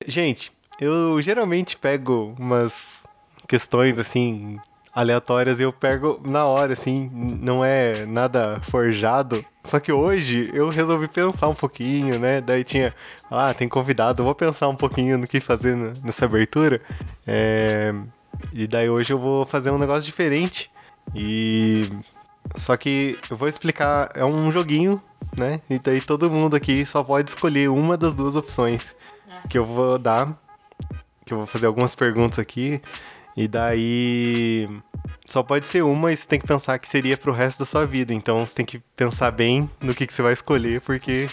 Gente, eu geralmente pego umas questões assim aleatórias e eu pego na hora, assim, não é nada forjado. Só que hoje eu resolvi pensar um pouquinho, né? Daí tinha, tem convidado, eu vou pensar um pouquinho no que fazer nessa abertura. E daí hoje eu vou fazer um negócio diferente. E só que eu vou explicar, é um joguinho, né? E daí todo mundo aqui só pode escolher uma das duas opções que eu vou dar, que eu vou fazer algumas perguntas aqui. E daí só pode ser uma e você tem que pensar que seria pro resto da sua vida. Então você tem que pensar bem no que você vai escolher, porque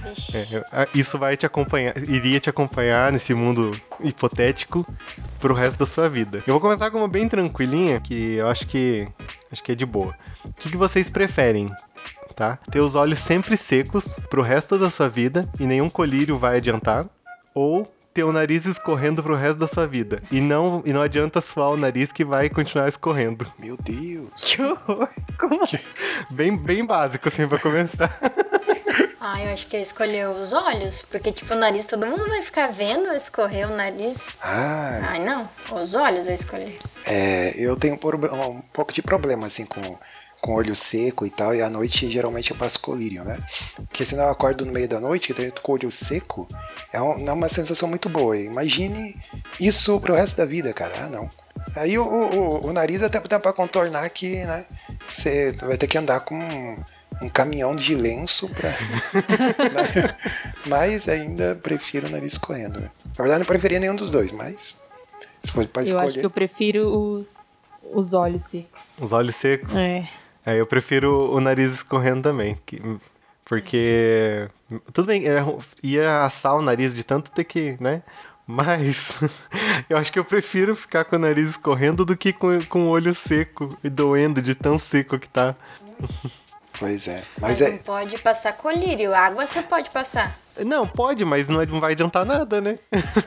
isso vai te acompanhar, iria te acompanhar nesse mundo hipotético pro resto da sua vida. Eu vou começar com uma bem tranquilinha, que eu acho que é de boa. O que vocês preferem? Tá? Ter os olhos sempre secos pro resto da sua vida e nenhum colírio vai adiantar, ou ter o nariz escorrendo pro resto da sua vida. E não adianta suar o nariz que vai continuar escorrendo. Meu Deus. Que horror. Como assim? Bem básico, assim, pra começar. Eu acho que eu escolhi os olhos, porque, tipo, o nariz, todo mundo vai ficar vendo escorrer o nariz. Não, os olhos eu escolhi. Eu tenho um pouco de problema, assim, com olho seco e tal, e à noite geralmente eu passo colírio, né? Porque senão eu acordo no meio da noite e com o olho seco, não é uma sensação muito boa. Imagine isso pro resto da vida, cara. Não. Aí o nariz até dá pra contornar aqui, né? Você vai ter que andar com um caminhão de lenço pra... né? Mas ainda prefiro o nariz correndo. Né? Na verdade, não preferia nenhum dos dois, mas se for pra escolher... Eu acho que eu prefiro os olhos secos. Os olhos secos? É. Eu prefiro o nariz escorrendo também. Porque... Tudo bem, ia assar o nariz de tanto ter que, né? Mas eu acho que eu prefiro ficar com o nariz escorrendo do que com o olho seco e doendo de tão seco que tá. Pois é. Mas não pode passar colírio. Água você pode passar. Não, pode, mas não vai adiantar nada, né?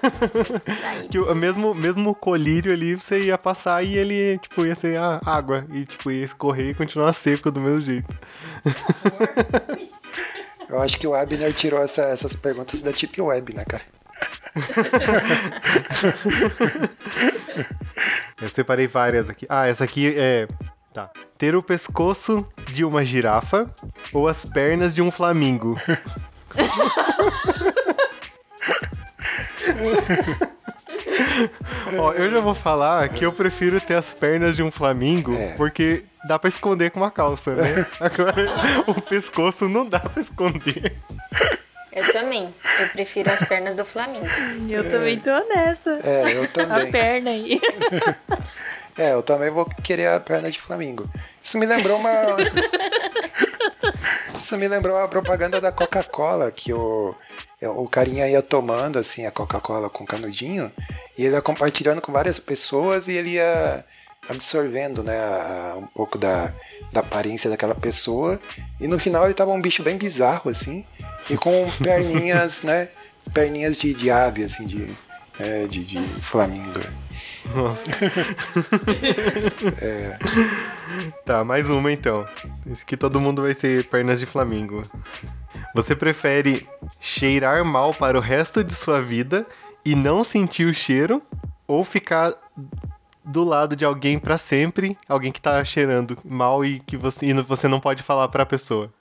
Que mesmo o colírio ali, você ia passar e ele, tipo, ia ser água. E, tipo, ia escorrer e continuar seco do mesmo jeito. Eu acho que o Abner tirou essas perguntas da Deep Web, né, cara? Eu separei várias aqui. Essa aqui é... Tá. Ter o pescoço de uma girafa ou as pernas de um flamingo? Eu já vou falar que eu prefiro ter as pernas de um flamingo, porque dá pra esconder com uma calça, né? Agora, o pescoço não dá pra esconder. Eu também. Eu prefiro as pernas do Flamengo. Eu também tô nessa. Eu também. A perna aí. Eu também vou querer a perna de Flamengo. Isso me lembrou uma propaganda da Coca-Cola, que o carinha ia tomando assim a Coca-Cola com canudinho, e ele ia compartilhando com várias pessoas e ele ia absorvendo, né, um pouco da aparência daquela pessoa, e no final ele tava um bicho bem bizarro assim, e com perninhas, né, perninhas de ave assim, de flamingo. Nossa. Tá, mais uma então. Esse aqui todo mundo vai ser pernas de flamingo. Você prefere cheirar mal para o resto de sua vida e não sentir o cheiro, ou ficar do lado de alguém pra sempre, alguém que tá cheirando mal e que você não pode falar pra pessoa?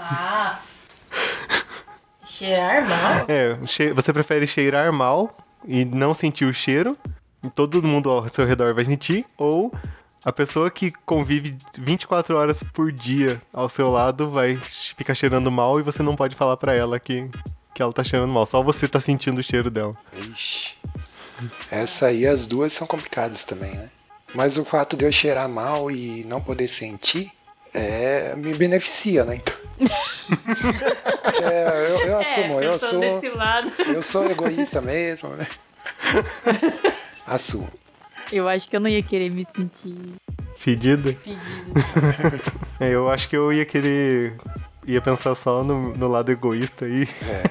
Cheirar mal? Você prefere cheirar mal e não sentir o cheiro, e todo mundo ao seu redor vai sentir, ou a pessoa que convive 24 horas por dia ao seu lado vai ficar cheirando mal e você não pode falar pra ela que ela tá cheirando mal, só você tá sentindo o cheiro dela. Ixi. Essa aí, as duas são complicadas também, né? Mas o fato de eu cheirar mal e não poder sentir me beneficia, né? Então... eu assumo, eu sou egoísta mesmo, né? Assumo. Eu acho que eu não ia querer me sentir fedida. Eu acho que eu ia pensar só no lado egoísta aí.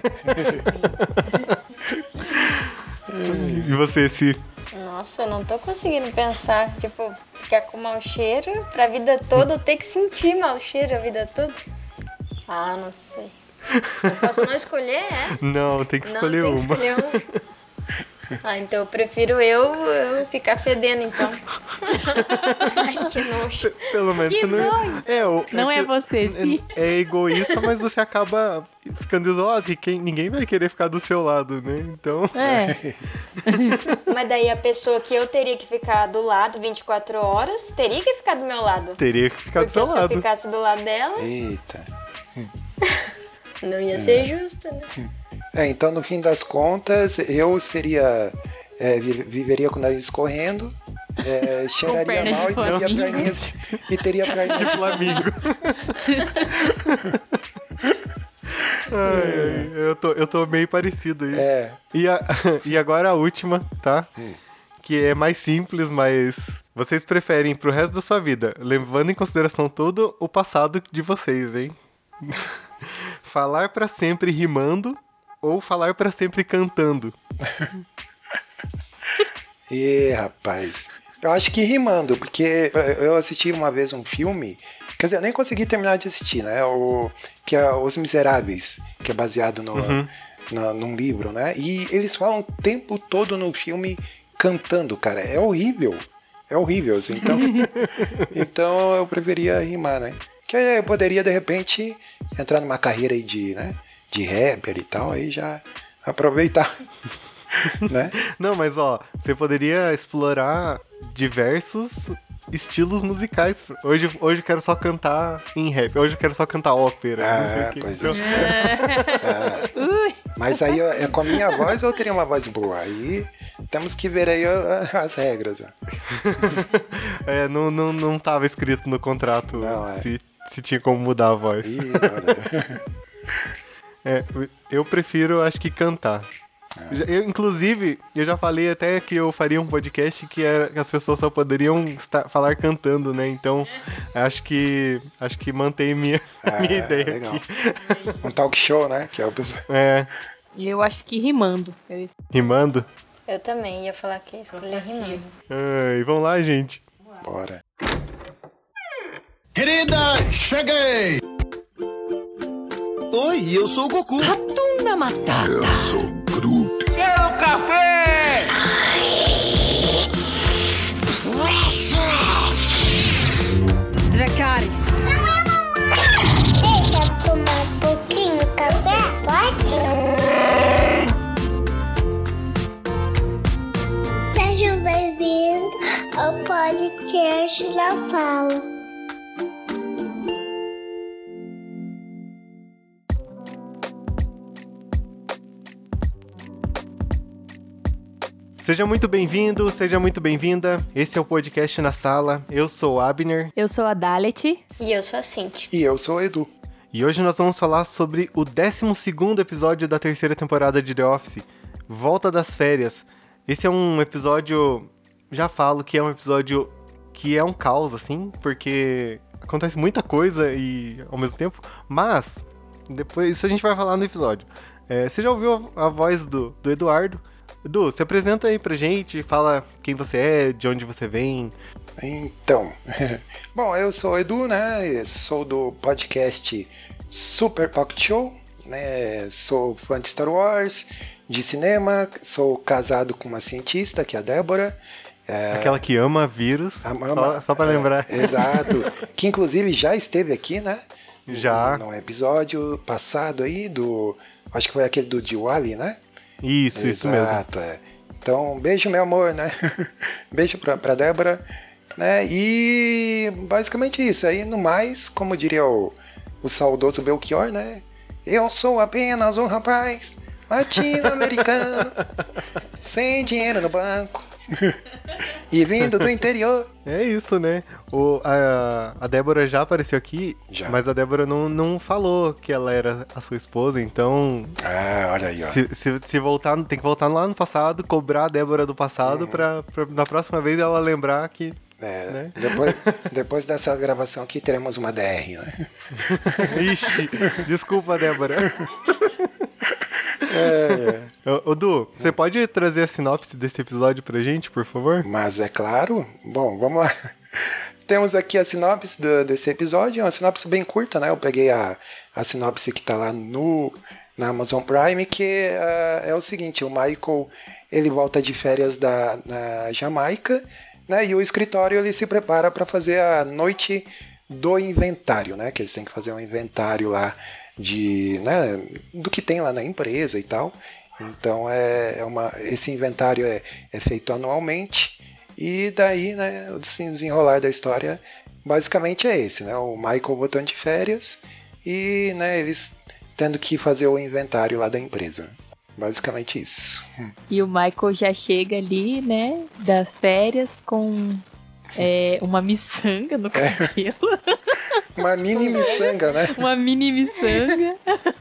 E você, Si? Nossa, eu não tô conseguindo pensar. Tipo, ficar com mau cheiro pra vida toda, eu ter que sentir mau cheiro a vida toda. Não sei. Eu posso não escolher essa? Não, tem que escolher uma. Tem que escolher uma. Ah, então eu prefiro eu ficar fedendo, então. Ai, que nojo. Pelo menos Que você não... Não é você, sim. É egoísta, mas você acaba ficando isolado, e ninguém vai querer ficar do seu lado, né? Então... É. Mas daí a pessoa que eu teria que ficar do lado 24 horas, teria que ficar do meu lado. Teria que ficar do Porque seu se eu lado. ficasse do lado dela, Eita. não ia ser justo, né? Então no fim das contas, eu seria. Viveria com o nariz escorrendo, cheiraria perna de mal e teria Flamingo. perninhas. E teria perninhas De Flamingo. Ai, eu tô meio parecido aí. E agora a última, tá? Que é mais simples, mas vocês preferem pro resto da sua vida, levando em consideração todo o passado de vocês, hein? Falar pra sempre rimando ou falar pra sempre cantando? Rapaz. Eu acho que rimando, porque eu assisti uma vez um filme. Quer dizer, eu nem consegui terminar de assistir, né? Que é Os Miseráveis, que é baseado num livro, né? E eles falam o tempo todo no filme cantando, cara. É horrível. É horrível, assim. Então eu preferia rimar, né? Que aí eu poderia, de repente, entrar numa carreira aí de rapper e tal, aí já aproveitar. Né? Não, mas ó, você poderia explorar diversos estilos musicais. Hoje eu quero só cantar em rap, hoje eu quero só cantar ópera. Não sei o quê. Pois Então, Mas aí é com a minha voz ou eu teria uma voz boa? Aí temos que ver aí as regras. não tava escrito no contrato Não, se tinha como mudar a voz. Eu prefiro, acho que cantar. Inclusive, eu já falei até que eu faria um podcast que as pessoas só poderiam falar cantando, né? Então, acho que mantém minha ideia legal. aqui. Um talk show, né? Que é o pessoal. Eu acho que rimando. Rimando? Eu também ia falar que ia escolher rimando. Vamos lá, gente. Bora. Querida, cheguei! Oi, eu sou o Goku. Ratunda Matata. Eu sou Groot. Quero café! Dracarys. Deixa eu tomar um pouquinho de café? Pode? Sejam bem-vindos ao podcast da Fala. Seja muito bem-vindo, seja muito bem-vinda. Esse é o podcast Na Sala. Eu sou o Abner. Eu sou a Dalet. E eu sou a Cintia. E eu sou o Edu. E hoje nós vamos falar sobre o 12º episódio da terceira temporada de The Office, Volta das Férias. Esse é um episódio, já falo que é um episódio que é um caos, assim, porque acontece muita coisa e ao mesmo tempo, mas depois isso a gente vai falar no episódio. Você já ouviu a voz do Eduardo? Edu, se apresenta aí pra gente, fala quem você é, de onde você vem. Então, bom, eu sou o Edu, né? Sou do podcast Super Pocket Show, né? Sou fã de Star Wars, de cinema, sou casado com uma cientista, que é a Débora. Aquela que ama vírus, só pra lembrar. Exato, que inclusive já esteve aqui, né? Já. No episódio passado aí, acho que foi aquele do Diwali, né? Isso mesmo. Exato, Então, beijo, meu amor, né? Beijo pra Débora, né? E basicamente isso. Aí, no mais, como diria o saudoso Belchior, né? Eu sou apenas um rapaz latino-americano sem dinheiro no banco e vindo do interior. É isso, né? A Débora já apareceu aqui, mas a Débora não falou que ela era a sua esposa, então... olha aí, ó. Se voltar, tem que voltar lá no passado, cobrar a Débora do passado pra na próxima vez ela lembrar que... né? Depois dessa gravação aqui teremos uma DR, né? Ixi, desculpa, Débora. Ô, Du, você pode trazer a sinopse desse episódio pra gente, por favor? Mas é claro. Bom, vamos lá. Temos aqui a sinopse desse episódio, é uma sinopse bem curta, né? Eu peguei a sinopse que tá lá no na Amazon Prime, que é o seguinte, o Michael, ele volta de férias na Jamaica, né, e o escritório ele se prepara para fazer a noite do inventário, né, que eles têm que fazer um inventário lá né, do que tem lá na empresa e tal. Então esse inventário é feito anualmente, e daí, né, o desenrolar da história basicamente é esse, né, o Michael voltando de férias e, né, eles tendo que fazer o inventário lá da empresa. Basicamente isso. E o Michael já chega ali, né, das férias com uma miçanga no cabelo. Uma mini miçanga, né? Uma mini miçanga.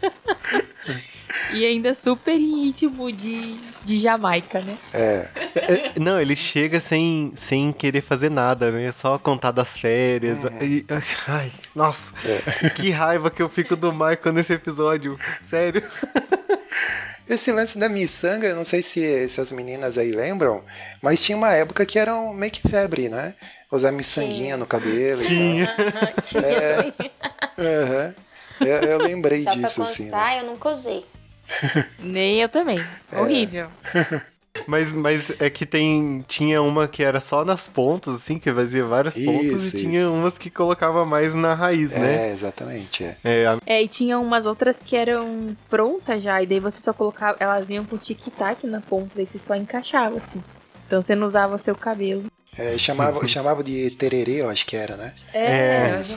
E ainda super íntimo de Jamaica, né? Não, ele chega sem querer fazer nada, né? Só contar das férias. Ai, nossa, que raiva que eu fico do Michael nesse episódio. Sério. Esse lance da miçanga, eu não sei se as meninas aí lembram, mas tinha uma época que era meio que febre, né? Usar miçanguinha no cabelo e tal. Tinha. Eu lembrei Só disso, pra assim. constar, Né? eu nunca usei. Nem eu também. Horrível. Mas é que tinha uma que era só nas pontas, assim, que fazia várias pontas, e tinha umas que colocava mais na raiz, né? Exatamente. E tinha umas outras que eram prontas já, e daí você só colocava, elas vinham com tic-tac na ponta, e você só encaixava, assim. Então você não usava o seu cabelo. Chamava de tererê, eu acho que era, né? Isso,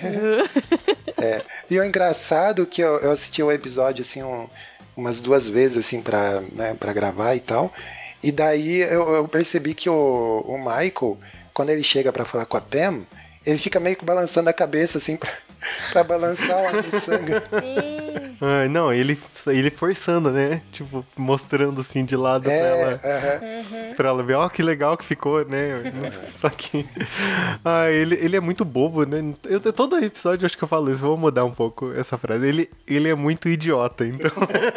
E o engraçado que eu assisti o episódio, assim, umas 2 vezes, assim, pra gravar e tal. E daí eu percebi que o Michael, quando ele chega pra falar com a Pam, ele fica meio que balançando a cabeça, assim, pra balançar uma miçanga. Sim. Não, ele forçando, né? Tipo, mostrando assim de lado pra ela. Pra ela ver, ó, que legal que ficou, né? Só que. Ele é muito bobo, né? Todo episódio eu acho que eu falo isso, vou mudar um pouco essa frase. Ele é muito idiota, então.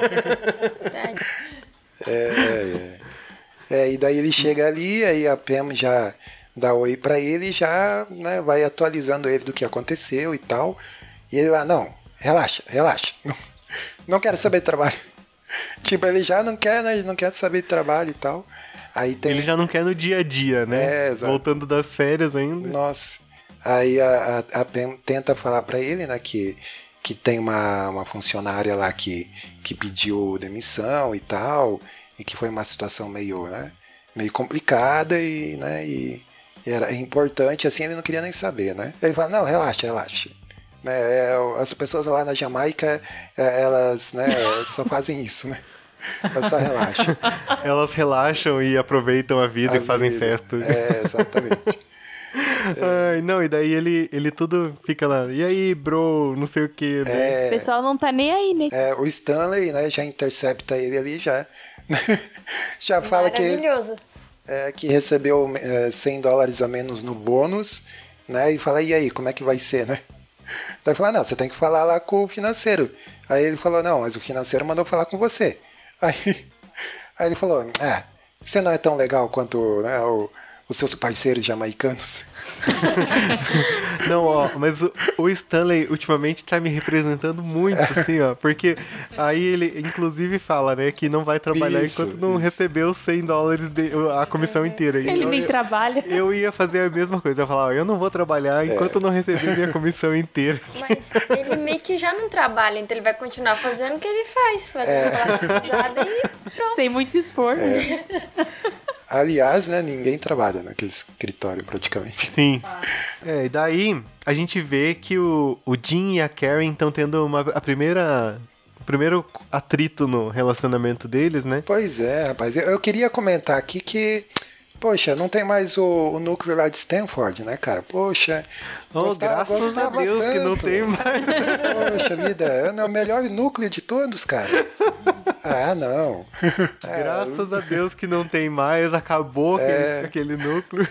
E daí ele chega ali, aí a Pam já dá oi pra ele e já, né, vai atualizando ele do que aconteceu e tal. E ele lá, não, relaxa. Não quero saber de trabalho. Tipo, ele já não quer, né? Não quer saber de trabalho e tal. Aí ele já não quer no dia a dia, né? Voltando das férias ainda. Nossa. Aí a Pam tenta falar pra ele, né, que tem uma funcionária lá que pediu demissão e tal, e que foi uma situação meio complicada e, né, e era importante, assim, ele não queria nem saber, né? Ele fala, não, relaxa. Né, as pessoas lá na Jamaica, elas, né, só fazem isso, né? Elas só relaxam. Elas relaxam e aproveitam a vida e fazem festa. Exatamente. Não, e daí ele tudo fica lá, e aí, bro, não sei o que, né? O pessoal não tá nem aí, né? O Stanley, né, já intercepta ele ali, já fala que recebeu $100 a menos no bônus, né, e fala, e aí, como é que vai ser, né? Daí fala, não, você tem que falar lá com o financeiro. Aí ele falou, não, mas o financeiro mandou falar com você. Aí ele falou, você não é tão legal quanto, né, os seus parceiros jamaicanos. Não, mas o Stanley ultimamente tá me representando muito, assim, porque aí ele inclusive fala, né, que não vai trabalhar enquanto não receber os $100 a comissão inteira. Ele nem trabalha. Eu ia fazer a mesma coisa, eu falava, eu não vou trabalhar enquanto não receber minha comissão inteira. Mas ele meio que já não trabalha, então ele vai continuar fazendo o que ele faz, fazendo aquela usada e pronto. Sem muito esforço. Aliás, né, ninguém trabalha naquele escritório praticamente. Sim. E daí a gente vê que o Jim e a Karen estão tendo o primeiro atrito no relacionamento deles, né? Pois é, rapaz. Eu queria comentar aqui que, poxa, não tem mais o núcleo lá de Stanford, né, cara? Poxa, graças a Deus tanto. Que não tem mais. Poxa vida, é o melhor núcleo de todos, cara. Não. Graças a Deus que não tem mais, acabou aquele núcleo.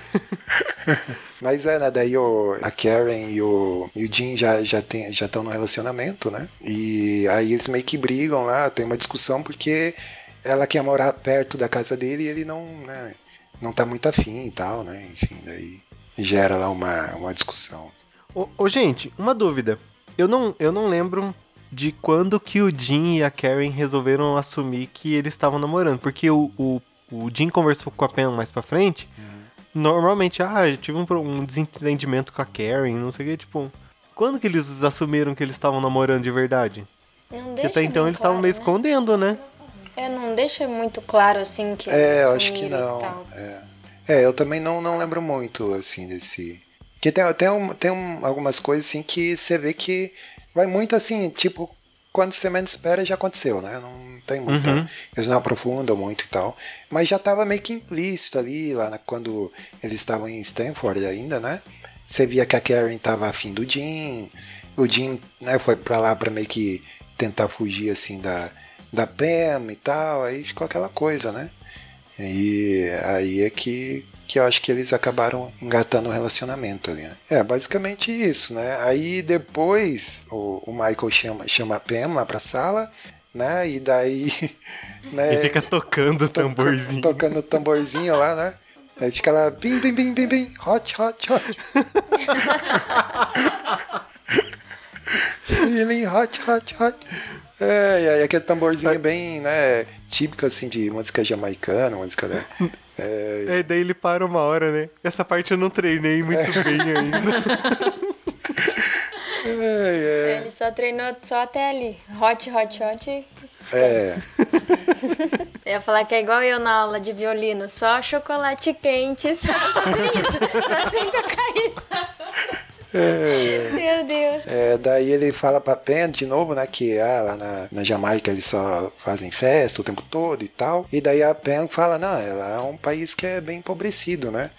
Mas né, daí a Karen e o Jim já estão no relacionamento, né? E aí eles meio que brigam lá, tem uma discussão porque ela quer morar perto da casa dele e ele não tá muito afim e tal, né? Enfim, daí gera lá uma discussão. Gente, uma dúvida. Eu não lembro de quando que o Jim e a Karen resolveram assumir que eles estavam namorando. Porque o Jim conversou com a Pam mais pra frente. Normalmente, eu tive um desentendimento com a Karen, não sei o que, tipo... Quando que eles assumiram que eles estavam namorando de verdade? Não Porque deixa até então bem eles estavam claro, meio né? escondendo, né? Não deixa muito claro, assim, que eu eles acho que sumiram não. e tal. Eu também não lembro muito, assim, desse... Porque tem algumas coisas, assim, que você vê que vai muito, assim, tipo, quando você menos espera já aconteceu, né? Não tem muita... Eles não aprofundam muito e tal. Mas já tava meio que implícito ali, quando eles estavam em Stanford ainda, né? Você via que a Karen tava afim do Jim. O Jim, né, foi pra lá pra meio que tentar fugir, assim, da Pam e tal. Aí ficou aquela coisa, né? E aí é que eu acho que eles acabaram engatando o relacionamento ali, né? Basicamente isso, né? Aí depois o Michael chama a Pam lá pra sala, né? E daí... Né, E fica tocando o tamborzinho. Tocando o tamborzinho lá, né? Aí fica lá, bim, bim, bim, bim, bim, hot, hot, hot. Feeling hot, hot, hot. E aí aquele tamborzinho bem, né, típico, assim, de música jamaicana, música, né? Daí ele para uma hora, né? Essa parte eu não treinei muito bem ainda. Ele só treinou só até ali. Hot, hot, hot. Esquece. Eu ia falar que é igual eu na aula de violino. Só chocolate quente. Só sei isso. Só sei tocar isso. Meu Deus. Daí ele fala pra Pam de novo, né, que lá na Jamaica eles só fazem festa o tempo todo e tal. E daí a Pam fala, não, ela é um país que é bem empobrecido, né?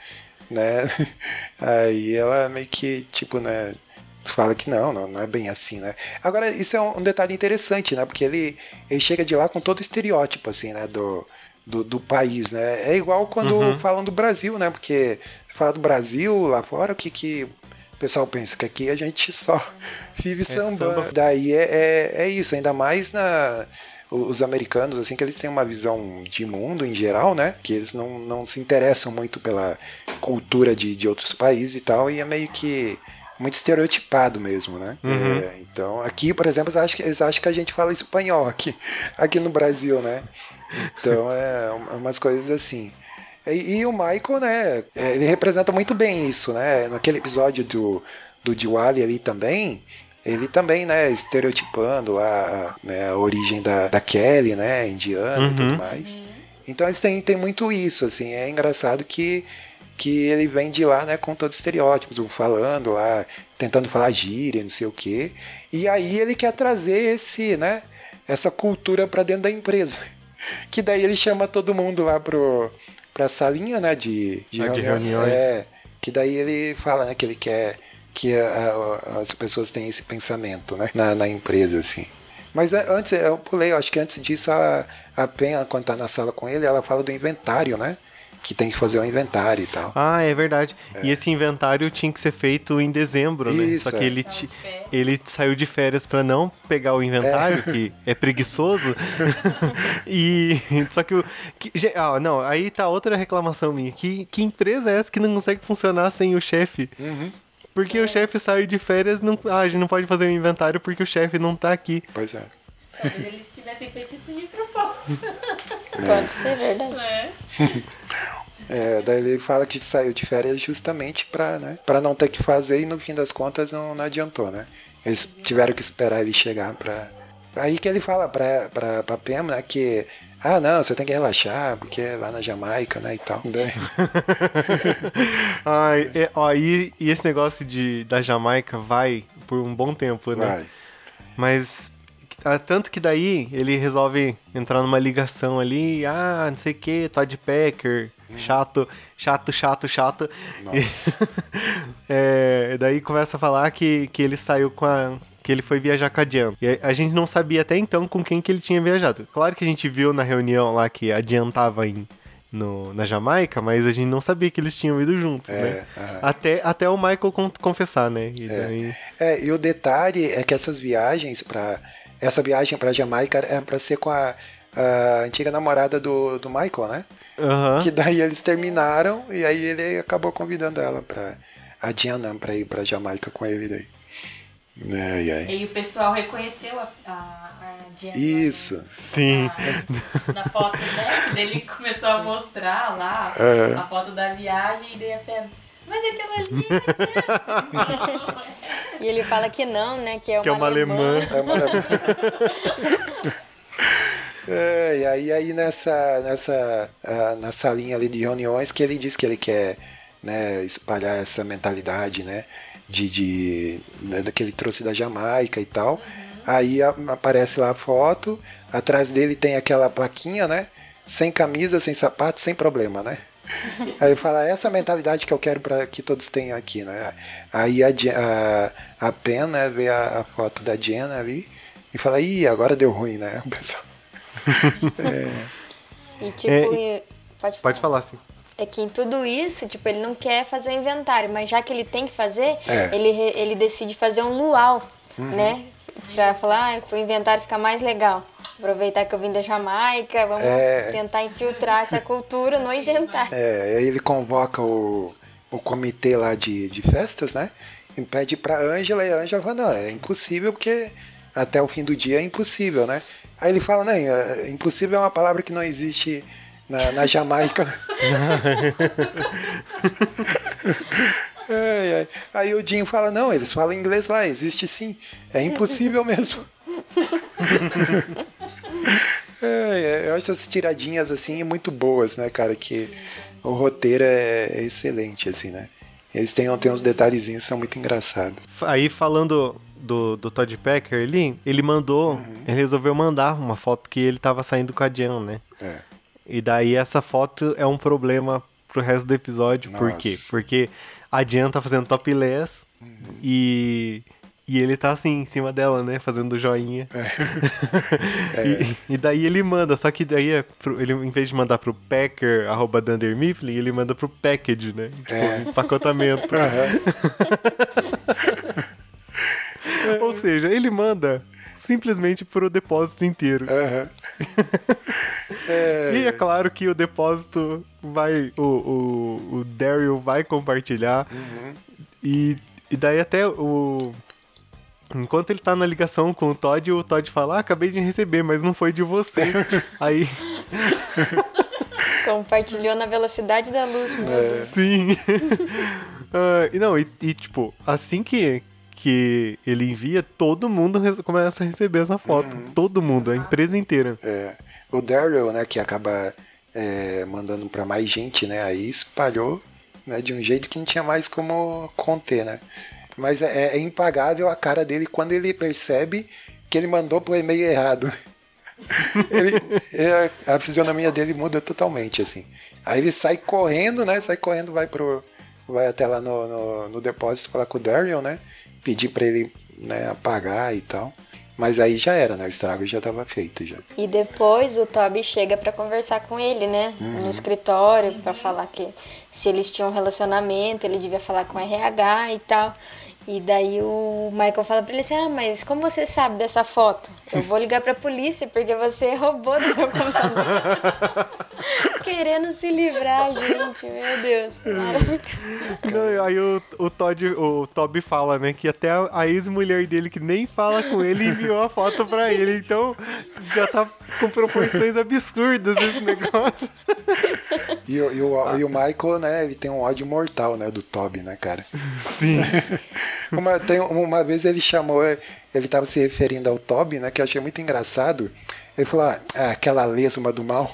Aí ela meio que, tipo, né, fala que não é bem assim, né? Agora, isso é um detalhe interessante, né? Porque ele chega de lá com todo o estereótipo, assim, né, do país, né? É igual quando falam do Brasil, né? Porque fala do Brasil lá fora, o que o pessoal pensa? Que aqui a gente só vive samba. Daí é isso, ainda mais os americanos, assim, que eles têm uma visão de mundo em geral, né? Que eles não se interessam muito pela cultura de outros países e tal, e é meio que muito estereotipado mesmo, né? Então, aqui, por exemplo, eles acham que a gente fala espanhol aqui no Brasil, né? Então, umas coisas assim. E o Michael, né, ele representa muito bem isso, né? Naquele episódio do Diwali ali também, ele também, né, estereotipando a origem da Kelly, né, indiana e tudo mais. Então eles têm muito isso, assim, é engraçado que ele vem de lá, né, com todos os estereótipos, falando lá, tentando falar gíria, não sei o quê. E aí ele quer trazer essa cultura para dentro da empresa. Que daí ele chama todo mundo lá pra salinha, né, de reuniões. Que daí ele fala, né, que ele quer que as pessoas tenham esse pensamento, né, na empresa, assim. Mas antes, eu pulei, eu acho que antes disso a Pen, quando tá na sala com ele, ela fala do inventário, né? Que tem que fazer um inventário e tal. Ah, é verdade. E esse inventário tinha que ser feito em dezembro, né? Isso, Só que ele saiu de férias pra não pegar o inventário, que é preguiçoso. Só que não, aí tá outra reclamação minha. Que empresa é essa que não consegue funcionar sem o chefe? Porque o chefe saiu de férias, a gente não pode fazer o inventário porque o chefe não tá aqui. Pois é. Talvez eles tivessem feito isso de propósito. Pode ser verdade. Daí ele fala que saiu de férias justamente pra não ter que fazer e no fim das contas não adiantou, né? Eles tiveram que esperar ele chegar pra... Aí que ele fala pra Pam, né, que não, você tem que relaxar, porque é lá na Jamaica, né, e tal. E esse negócio da Jamaica vai por um bom tempo, né? Vai. Mas... Tanto que daí ele resolve entrar numa ligação ali, não sei o que, Todd Packer, chato. Nossa. Daí começa a falar que ele saiu que ele foi viajar com a Jan. E a gente não sabia até então com quem que ele tinha viajado. Claro que a gente viu na reunião lá que a Jan tava na Jamaica, mas a gente não sabia que eles tinham ido juntos, né? Até o Michael confessar, né? E o detalhe é que essa viagem pra Jamaica é pra ser com a antiga namorada do Michael, né? Que daí eles terminaram e aí ele acabou convidando ela a Diana pra ir pra Jamaica com ele daí. E o pessoal reconheceu a Jenna. Isso. Né? Sim. Na foto, né? Que dele começou a mostrar lá a foto da viagem e daí a Pen. Mas aquela ali é Jenna. E ele fala que não, né? Que é uma alemã. É uma alemã. E aí na salinha ali de reuniões que ele diz que ele quer, né, espalhar essa mentalidade, né, né, que ele trouxe da Jamaica e tal. Aí aparece lá a foto, atrás dele tem aquela plaquinha, né, sem camisa, sem sapato, sem problema, né. Aí ele fala, essa mentalidade que eu quero para que todos tenham aqui, né. Aí a Pen, né, vê a foto da Jenna ali e fala, ih, agora deu ruim, né, o pessoal. E tipo, pode falar, sim. É que em tudo isso, tipo, ele não quer fazer o inventário, mas já que ele tem que fazer, ele decide fazer um luau, né? Pra falar, o inventário ficar mais legal. Aproveitar que eu vim da Jamaica, vamos tentar infiltrar essa cultura no inventário. Aí ele convoca o comitê lá de festas, né? E pede pra Ângela, e a Ângela fala, não, é impossível porque até o fim do dia é impossível, né? Aí ele fala, não, impossível é uma palavra que não existe na Jamaica. Aí o Jim fala, não, eles falam inglês lá, existe sim, é impossível mesmo. Eu acho essas tiradinhas assim muito boas, né, cara, que o roteiro é excelente, assim, né. Eles têm uns detalhezinhos que são muito engraçados. Aí falando do Todd Packer ali, ele resolveu mandar uma foto que ele tava saindo com a Jen, né? E daí essa foto é um problema pro resto do episódio. Nossa. Por quê? Porque a Jen tá fazendo topless e ele tá assim, em cima dela, né? Fazendo joinha. E daí ele manda, só que daí ele, em vez de mandar pro Packer, @Dunder Mifflin, ele manda pro Package, né? Tipo, empacotamento. Ou seja, ele manda simplesmente pro depósito inteiro. E é claro que o depósito vai... O Daryl vai compartilhar. E daí até enquanto ele tá na ligação com o Todd fala, acabei de receber, mas não foi de você. Aí... Compartilhou na velocidade da luz mesmo. Sim. Tipo, assim que ele envia, todo mundo começa a receber essa foto. Todo mundo, a empresa inteira. O Daryl, né, que acaba mandando pra mais gente, né, aí espalhou, né, de um jeito que não tinha mais como conter, né. Mas é impagável a cara dele quando ele percebe que ele mandou pro e-mail errado. A fisionomia dele muda totalmente, assim. Aí ele sai correndo, né, vai até lá no depósito falar com o Daryl, né, pedir pra ele, né, apagar e tal. Mas aí já era, né? O estrago já estava feito já. E depois o Toby chega pra conversar com ele, né? No escritório, pra falar que se eles tinham um relacionamento, ele devia falar com o RH e tal. E daí o Michael fala pra ele assim, mas como você sabe dessa foto? Eu vou ligar pra polícia porque você roubou do meu computador. Querendo se livrar, gente. Meu Deus. Maravilhoso. Não, aí o Toby fala, né, que até a ex-mulher dele, que nem fala com ele, enviou a foto pra ele. Então já tá com proporções absurdas esse negócio. E o Michael, né, ele tem um ódio mortal, né, do Toby, né, cara? Sim. Uma vez ele tava se referindo ao Toby, né, que eu achei muito engraçado. Ele falou, aquela lesma do mal.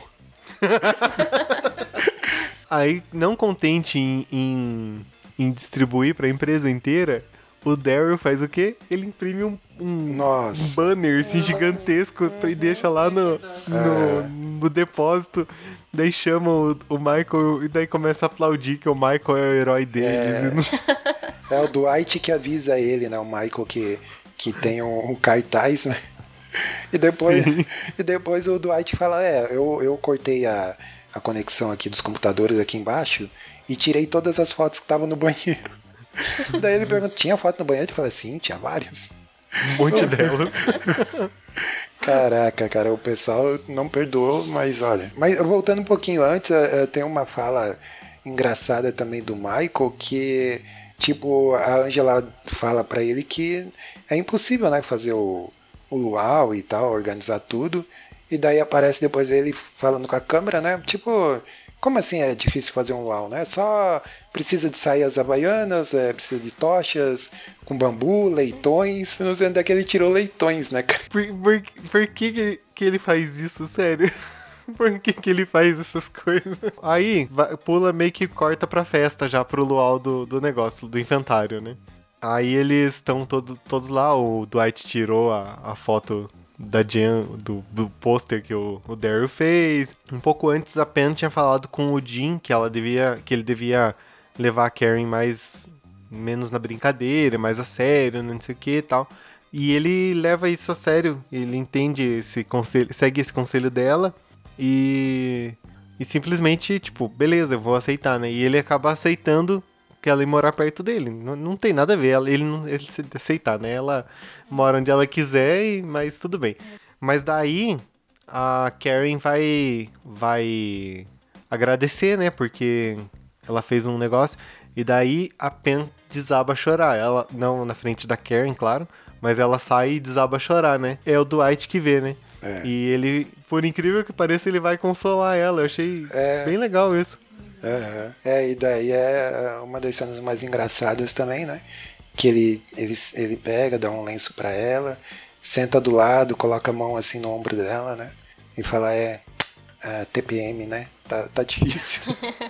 Aí, não contente em distribuir pra empresa inteira, o Daryl faz o quê? Ele imprime um banner assim, gigantesco e deixa lá no depósito. Daí chama o Michael e daí começa a aplaudir que o Michael é o herói deles. É o Dwight que avisa ele, né? O Michael que tem um cartaz, né? E depois o Dwight fala, eu cortei a conexão aqui dos computadores aqui embaixo e tirei todas as fotos que estavam no banheiro. Daí ele pergunta, tinha foto no banheiro? Ele fala, sim, tinha várias. Um monte delas. Caraca, cara, o pessoal não perdoou, mas olha. Mas voltando um pouquinho antes, tem uma fala engraçada também do Michael, que Tipo, a Angela fala pra ele que é impossível, né, fazer o luau e tal, organizar tudo. E daí aparece depois ele falando com a câmera, né? Tipo, como assim é difícil fazer um luau, né? Só precisa de saias havaianas, precisa de tochas com bambu, leitões. Eu não sei onde é que ele tirou leitões, né, cara? Por que ele faz isso, sério? Por que ele faz essas coisas? Aí, pula meio que corta pra festa já, pro luau do negócio, do inventário, né? Aí eles estão todos lá, o Dwight tirou a foto da Jen, do pôster que o Daryl fez. Um pouco antes, a Pen tinha falado com o Jim que ele devia levar a Karen menos na brincadeira, mais a sério, não sei o que e tal. E ele leva isso a sério, ele entende esse conselho, segue esse conselho dela e simplesmente, tipo, beleza, eu vou aceitar, né? E ele acaba aceitando que ela ir morar perto dele. Não tem nada a ver, ele aceitar, né? Ela mora onde ela quiser, mas tudo bem. Mas daí a Karen vai agradecer, né? Porque ela fez um negócio. E daí a Pen desaba a chorar. Ela, não na frente da Karen, claro, mas ela sai e desaba a chorar, né? É o Dwight que vê, né? E ele, por incrível que pareça, ele vai consolar ela. Eu achei bem legal isso. E daí é uma das cenas mais engraçadas também, né? Que ele pega, dá um lenço pra ela, senta do lado, coloca a mão assim no ombro dela, né? E fala, TPM, né? Tá difícil.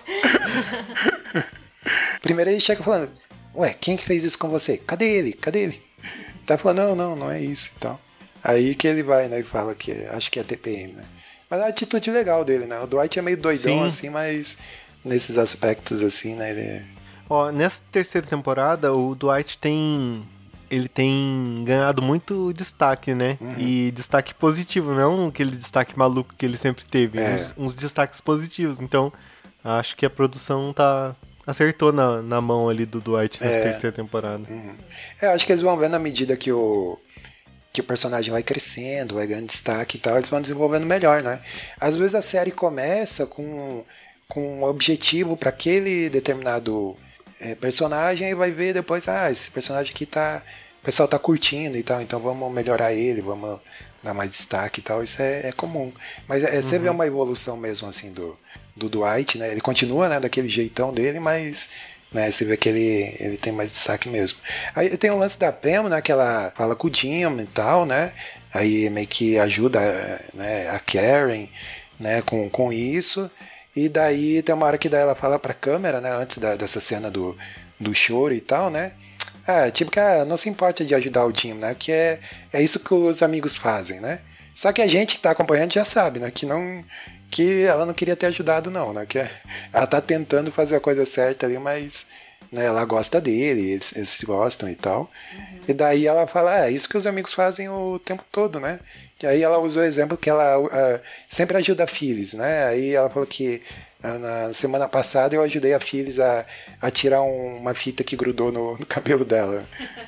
Primeiro ele chega falando, ué, quem que fez isso com você? Cadê ele? Tá falando, não é isso e tal. Aí que ele vai, né, e fala que acho que é TPM, né? Mas é a atitude legal dele, né? O Dwight é meio doidão, assim, mas nesses aspectos, assim, né, ele... Ó, nessa terceira temporada, o Dwight ele tem ganhado muito destaque, né? E destaque positivo, não aquele destaque maluco que ele sempre teve. Uns destaques positivos. Então, acho que a produção acertou na mão ali do Dwight nessa terceira temporada. Acho que eles vão vendo à medida que o personagem vai crescendo, vai ganhando destaque e tal, eles vão desenvolvendo melhor, né? Às vezes a série começa com um objetivo para aquele determinado personagem e vai ver depois, esse personagem aqui o pessoal tá curtindo e tal, então vamos melhorar ele, vamos dar mais destaque e tal, isso é comum. Mas você vê uma evolução mesmo, assim, do Dwight, né? Ele continua, né, daquele jeitão dele, mas... né, você vê que ele tem mais destaque mesmo. Aí tem o lance da Pam, né, que ela fala com o Jim e tal, né, aí meio que ajuda, né, a Karen, né, com isso, e daí tem uma hora que daí ela fala pra câmera, né, antes dessa cena do choro e tal, né, tipo que não se importa de ajudar o Jim, né, que é isso que os amigos fazem, né, só que a gente que tá acompanhando já sabe, né, que ela não queria ter ajudado não, né? Que ela tá tentando fazer a coisa certa ali, mas né, ela gosta dele, eles se gostam e tal. E daí ela fala, é isso que os amigos fazem o tempo todo, né? E aí ela usou o exemplo que ela sempre ajuda a Phyllis, né? Aí ela falou que na semana passada eu ajudei a Phyllis a tirar uma fita que grudou no cabelo dela.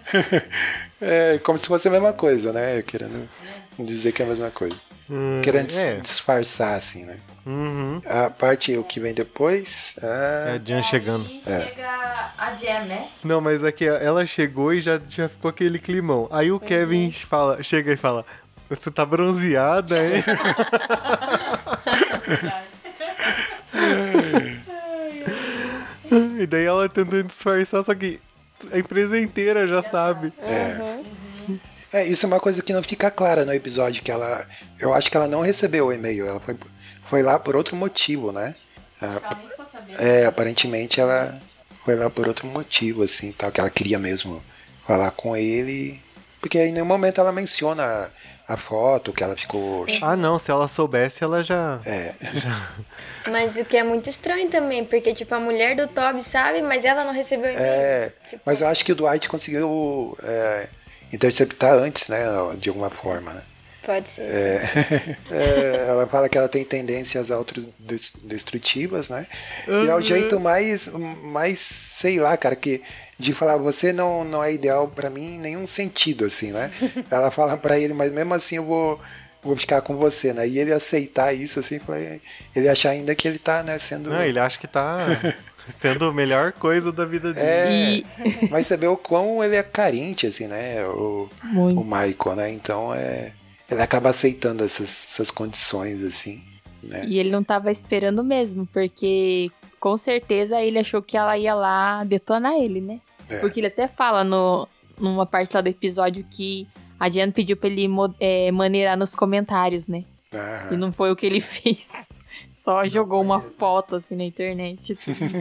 Como se fosse a mesma coisa, né? Querendo dizer que é a mesma coisa. Querendo disfarçar, assim, né? A parte o que vem depois... É a Jen chegando. Aí chega a Jen, né? Não, mas aqui ela chegou e já ficou aquele climão. Aí o Kevin chega e fala, você tá bronzeada, hein? E daí ela tentando disfarçar, só que a empresa inteira já sabe. Isso é uma coisa que não fica clara no episódio, que eu acho que ela não recebeu o e-mail, ela foi lá por outro motivo, né? Aparentemente ela foi lá por outro motivo, assim, tal, que ela queria mesmo falar com ele, porque em nenhum momento ela menciona a foto, que ela ficou... não, se ela soubesse, ela já... Mas o que é muito estranho também, porque, tipo, a mulher do Toby sabe, mas ela não recebeu o e-mail. Tipo... Mas eu acho que o Dwight conseguiu... interceptar antes, né, de alguma forma, né? Pode ser. Ela fala que ela tem tendências autodestrutivas, né? E é o jeito mais, sei lá, cara, de falar, você não é ideal pra mim em nenhum sentido, assim, né? Ela fala pra ele, mas mesmo assim eu vou ficar com você, né? E ele aceitar isso, assim, ele achar ainda que ele tá, né, sendo... Não, ele acha que tá Sendo a melhor coisa da vida dele. É, mas você vê o quão ele é carente, assim, né? O Michael, né? Então ele acaba aceitando essas condições, assim, né? E ele não tava esperando mesmo, porque com certeza ele achou que ela ia lá detonar ele, né? Porque ele até fala numa parte lá do episódio que a Jen pediu pra ele maneirar nos comentários, né? E não foi o que ele fez. Só jogou uma foto assim na internet.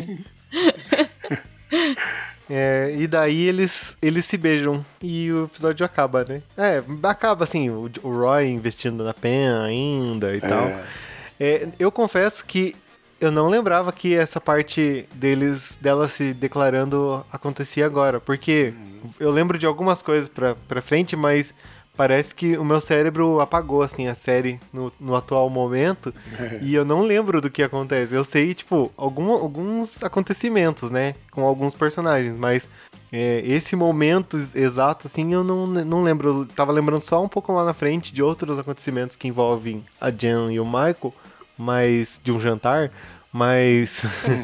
E daí eles se beijam e o episódio acaba, né? Acaba assim, o Roy investindo na Pen ainda e tal. Eu confesso que eu não lembrava que essa parte dela se declarando acontecia agora, porque eu lembro de algumas coisas pra frente, mas parece que o meu cérebro apagou, assim, a série no atual momento, e eu não lembro do que acontece. Eu sei, tipo, alguns acontecimentos, né, com alguns personagens, mas esse momento exato, assim, eu não lembro. Eu tava lembrando só um pouco lá na frente de outros acontecimentos que envolvem a Jen e o Michael, mas de um jantar, mas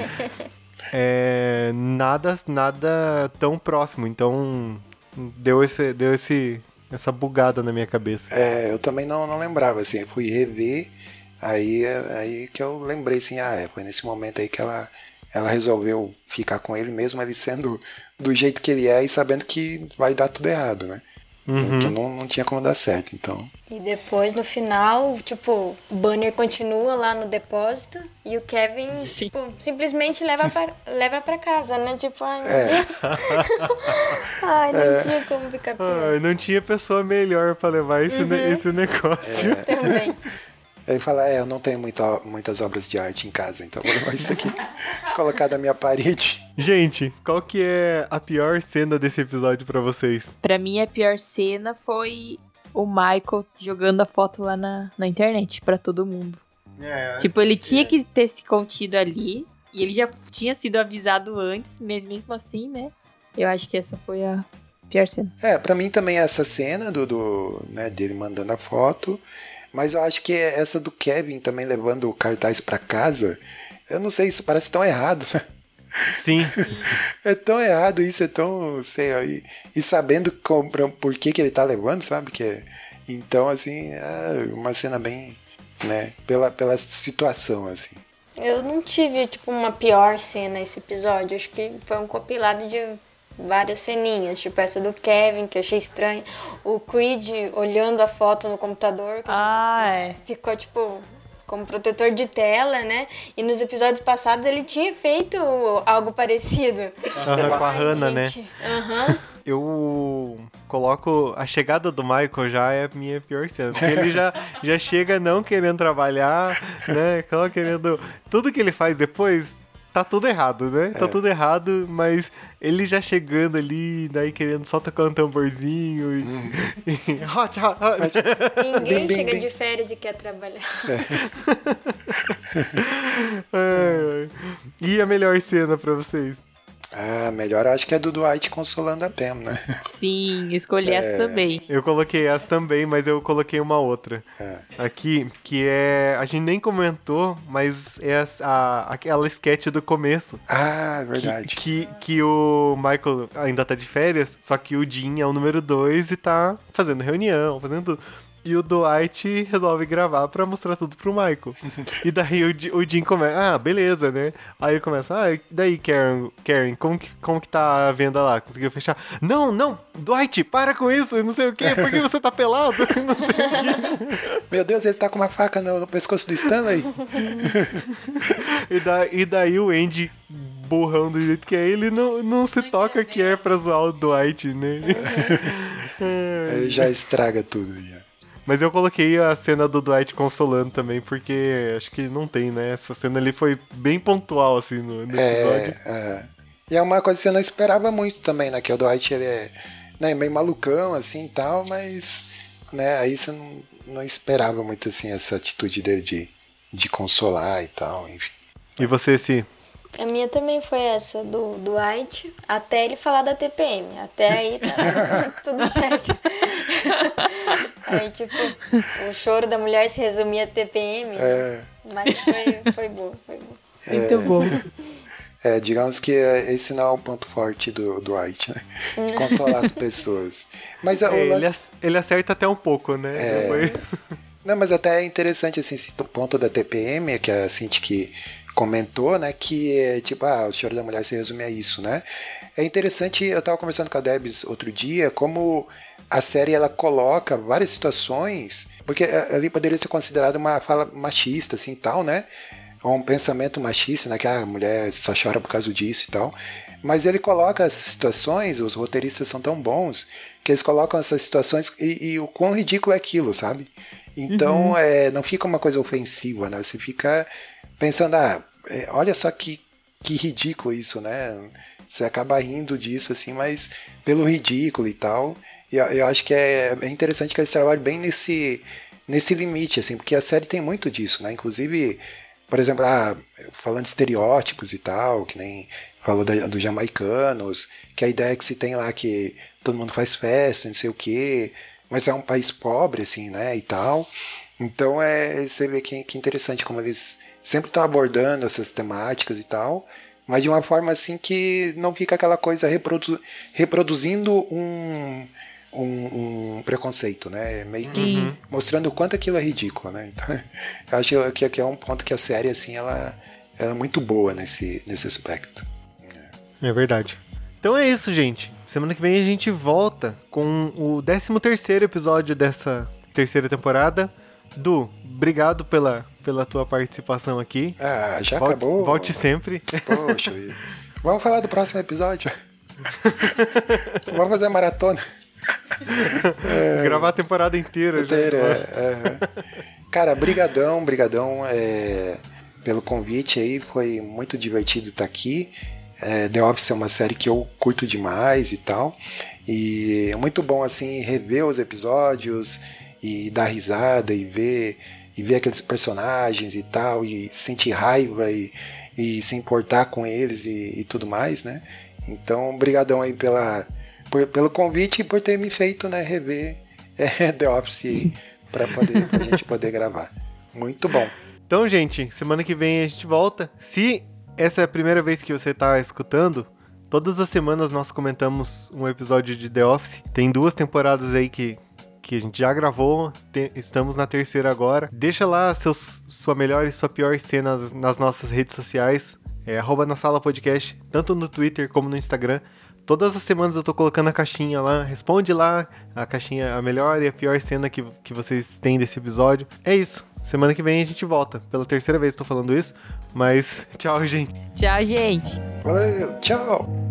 nada tão próximo, então deu essa bugada na minha cabeça. Eu também não lembrava, assim, eu fui rever, aí que eu lembrei, assim, foi nesse momento aí que ela resolveu ficar com ele, mesmo ele sendo do jeito que ele é e sabendo que vai dar tudo errado, né? Que não tinha como dar certo, então. E depois, no final, tipo, o Banner continua lá no depósito e o Kevin, tipo, simplesmente leva pra casa, né? Tipo, ai, meu Deus. Ai, não tinha como ficar pior. Não tinha pessoa melhor pra levar esse negócio. Também. Ele fala, eu não tenho muitas obras de arte em casa, então vou levar isso aqui, colocar na minha parede. Gente, qual que é a pior cena desse episódio pra vocês? Pra mim, a pior cena foi o Michael jogando a foto lá na internet pra todo mundo. Tipo, ele tinha que ter se contido ali, e ele já tinha sido avisado antes, mas mesmo assim, né? Eu acho que essa foi a pior cena. Pra mim também essa cena né, dele mandando a foto. Mas eu acho que essa do Kevin também levando o cartaz pra casa, eu não sei, isso parece tão errado, né? Sim. É tão errado isso, é tão, sei, e sabendo por que ele tá levando, sabe? Então, assim, uma cena bem, né, pela situação, assim. Eu não tive, tipo, uma pior cena esse episódio, acho que foi um compilado de várias ceninhas, tipo essa do Kevin, que eu achei estranho. O Creed olhando a foto no computador, que ficou, tipo, como protetor de tela, né? E nos episódios passados ele tinha feito algo parecido. Com a Hannah, né? Eu coloco a chegada do Michael já é a minha pior cena, porque ele já chega não querendo trabalhar, né? Só querendo... Tudo que ele faz depois... Tá tudo errado, né? Tá tudo errado, mas ele já chegando ali, daí querendo só tocar um tamborzinho e hot. Ninguém chega de férias e quer trabalhar. E a melhor cena pra vocês? Melhor acho que é do Dwight consolando a Pam, né? Sim, escolhi essa também. Eu coloquei essa também, mas eu coloquei uma outra. Aqui, que é... A gente nem comentou, mas é aquela sketch do começo. Verdade. Que o Michael ainda tá de férias, só que o Jim é o número 2 e tá fazendo reunião, fazendo tudo. E o Dwight resolve gravar pra mostrar tudo pro Michael. E daí o Jim começa, beleza, né? Aí ele começa, daí Karen, como que tá a venda lá? Conseguiu fechar? Não, Dwight, para com isso, não sei o quê, por que você tá pelado? Não sei o quê. Meu Deus, ele tá com uma faca no pescoço do Stanley. E daí o Andy, burrão do jeito que é, ele não se toca que é pra zoar o Dwight, né? Ele já estraga tudo, já. Mas eu coloquei a cena do Dwight consolando também, porque acho que não tem, né? Essa cena ali foi bem pontual, assim, no episódio. E é uma coisa que você não esperava muito também, né? Que o Dwight, ele é, né, meio malucão, assim, e tal, mas, né, aí você não esperava muito, assim, essa atitude dele de consolar e tal, enfim. E você, Si? A minha também foi essa, do Dwight, até ele falar da TPM. Até aí tá tudo certo. Aí, tipo, o choro da mulher se resumia a TPM, né? Mas foi boa. Muito bom. digamos que esse não é o ponto forte do Dwight, né? Consolar as pessoas. Mas ele acerta até um pouco, né? Não, mas até é interessante, assim, esse ponto da TPM, que a Cinti que comentou, né? Que é tipo, o Choro da Mulher se resume a isso, né? É interessante, eu tava conversando com a Debs outro dia, como a série ela coloca várias situações, porque ali poderia ser considerada uma fala machista, assim, tal, né? Um pensamento machista, né? Que a mulher só chora por causa disso e tal. Mas ele coloca as situações, os roteiristas são tão bons, que eles colocam essas situações e o quão ridículo é aquilo, sabe? Então, não fica uma coisa ofensiva, né? Você fica pensando, olha só que ridículo isso, né? Você acaba rindo disso, assim, mas pelo ridículo e tal. E eu acho que é interessante que eles trabalhem bem nesse limite, assim, porque a série tem muito disso, né? Inclusive, por exemplo, falando de estereótipos e tal, que nem falou dos jamaicanos, que a ideia que se tem lá que todo mundo faz festa, não sei o quê, mas é um país pobre, assim, né, e tal. Então, você vê que interessante como eles sempre estão abordando essas temáticas e tal, mas de uma forma, assim, que não fica aquela coisa reproduzindo um preconceito, né? Meio que mostrando o quanto aquilo é ridículo, né? Então, eu acho que é um ponto que a série, assim, ela é muito boa nesse aspecto. É verdade. Então é isso, gente. Semana que vem a gente volta com o 13º episódio dessa terceira temporada. Du, obrigado pela tua participação aqui. Já acabou? Volte sempre. Poxa, vamos falar do próximo episódio. Vamos fazer a maratona. Gravar a temporada inteira. Cara, brigadão pelo convite aí, foi muito divertido estar aqui. The Office é uma série que eu curto demais e tal, e é muito bom assim rever os episódios e dar risada e ver aqueles personagens e tal, e sentir raiva e se importar com eles e tudo mais, né? Então, brigadão aí pelo convite e por ter me feito, né, rever The Office pra gente poder gravar. Muito bom. Então, gente, semana que vem a gente volta. Se essa é a primeira vez que você tá escutando, todas as semanas nós comentamos um episódio de The Office. Tem 2 temporadas aí que a gente já gravou, estamos na terceira agora. Deixa lá sua melhor e sua pior cena nas nossas redes sociais, @nasalapodcast, tanto no Twitter como no Instagram. Todas as semanas eu tô colocando a caixinha lá, responde lá a caixinha, a melhor e a pior cena que vocês têm desse episódio. É isso, semana que vem a gente volta. Pela terceira vez tô falando isso, mas tchau, gente. Tchau, gente. Valeu, tchau.